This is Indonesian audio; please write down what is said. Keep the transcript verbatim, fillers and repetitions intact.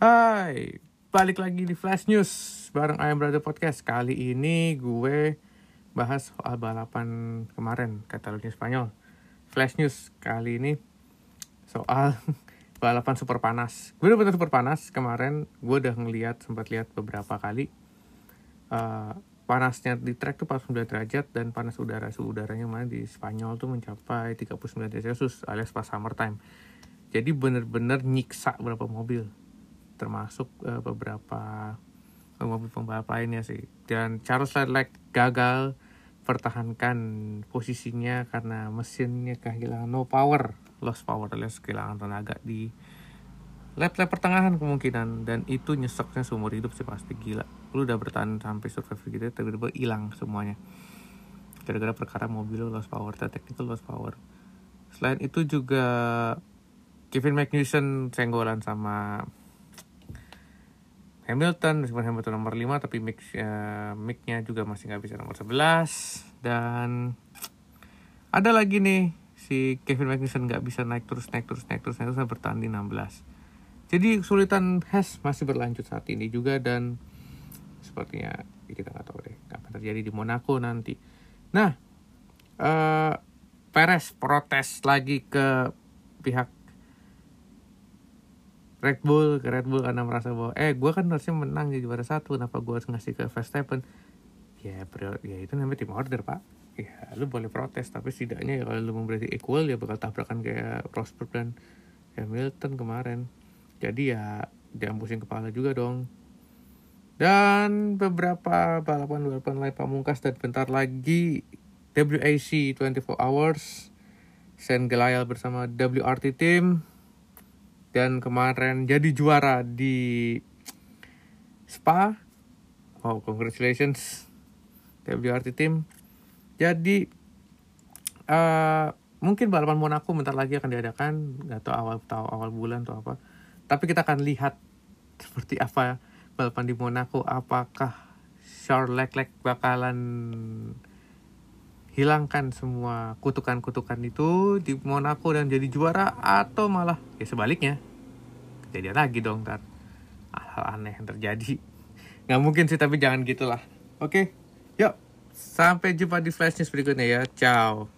Hai, balik lagi di Flash News bareng I Am Brother Podcast. Kali ini gue bahas soal balapan kemarin, Catalunya Spanyol. Flash News kali ini soal balapan super panas. Gue udah bener super panas kemarin. Gue udah ngeliat, sempat lihat beberapa kali. Uh, panasnya di track tuh empat puluh sembilan derajat dan panas udara suhu udaranya mana di Spanyol tuh mencapai tiga puluh sembilan derajat Celcius alias pas summertime. Jadi bener-bener nyiksa beberapa mobil, termasuk uh, beberapa mobil pembalap lainnya sih. Dan Charles Leclerc gagal pertahankan posisinya karena mesinnya kehilangan no power, lost power alias kehilangan tenaga di lap-lap pertengahan kemungkinan, dan itu nyeseknya seumur hidup sih pasti. Gila, lu udah bertahan sampai survive gitu tiba-tiba hilang semuanya gara-gara perkara mobil lu lost power, technical lost power. Selain itu juga Kevin Magnussen senggolan sama Hamilton, meskipun Hamilton nomor lima tapi mic, uh, mic-nya juga masih gak bisa nomor sebelas. Dan ada lagi nih, si Kevin Magnussen gak bisa naik terus, naik terus, naik terus, naik terus, bertahan di enam belas. Jadi kesulitan Haas masih berlanjut saat ini juga, dan sepertinya kita gak tahu deh apa terjadi di Monaco nanti. Nah, uh, Perez protes lagi ke pihak Red Bull, ke Red Bull karena merasa bahwa eh gue kan harusnya menang jadi juara satu, kenapa gue harus ngasih ke Verstappen? Ya bro, ya itu namanya team order pak. Ya lu boleh protes, tapi setidaknya ya kalau lu memberi equal ya bakal tabrakan kayak Rosberg dan Hamilton kemarin. Jadi ya jangan pusing kepala juga dong. Dan beberapa balapan-balapan lain pamungkas, dan bentar lagi W A C twenty-four hours Saint Gelael bersama W R T Team. Dan kemarin jadi juara di Spa. Wow, congratulations W R T Team. Jadi uh, mungkin balapan Monaco bentar lagi akan diadakan, nggak tahu awal tahu awal bulan atau apa. Tapi kita akan lihat seperti apa balapan di Monaco. Apakah Charles Leclerc bakalan hilangkan semua kutukan-kutukan itu di Monaco dan jadi juara, atau malah ya sebaliknya kejadian lagi dong ntar hal aneh yang terjadi. Nggak mungkin sih, tapi jangan gitulah. Oke, yuk sampai jumpa di Flash News berikutnya ya. Ciao.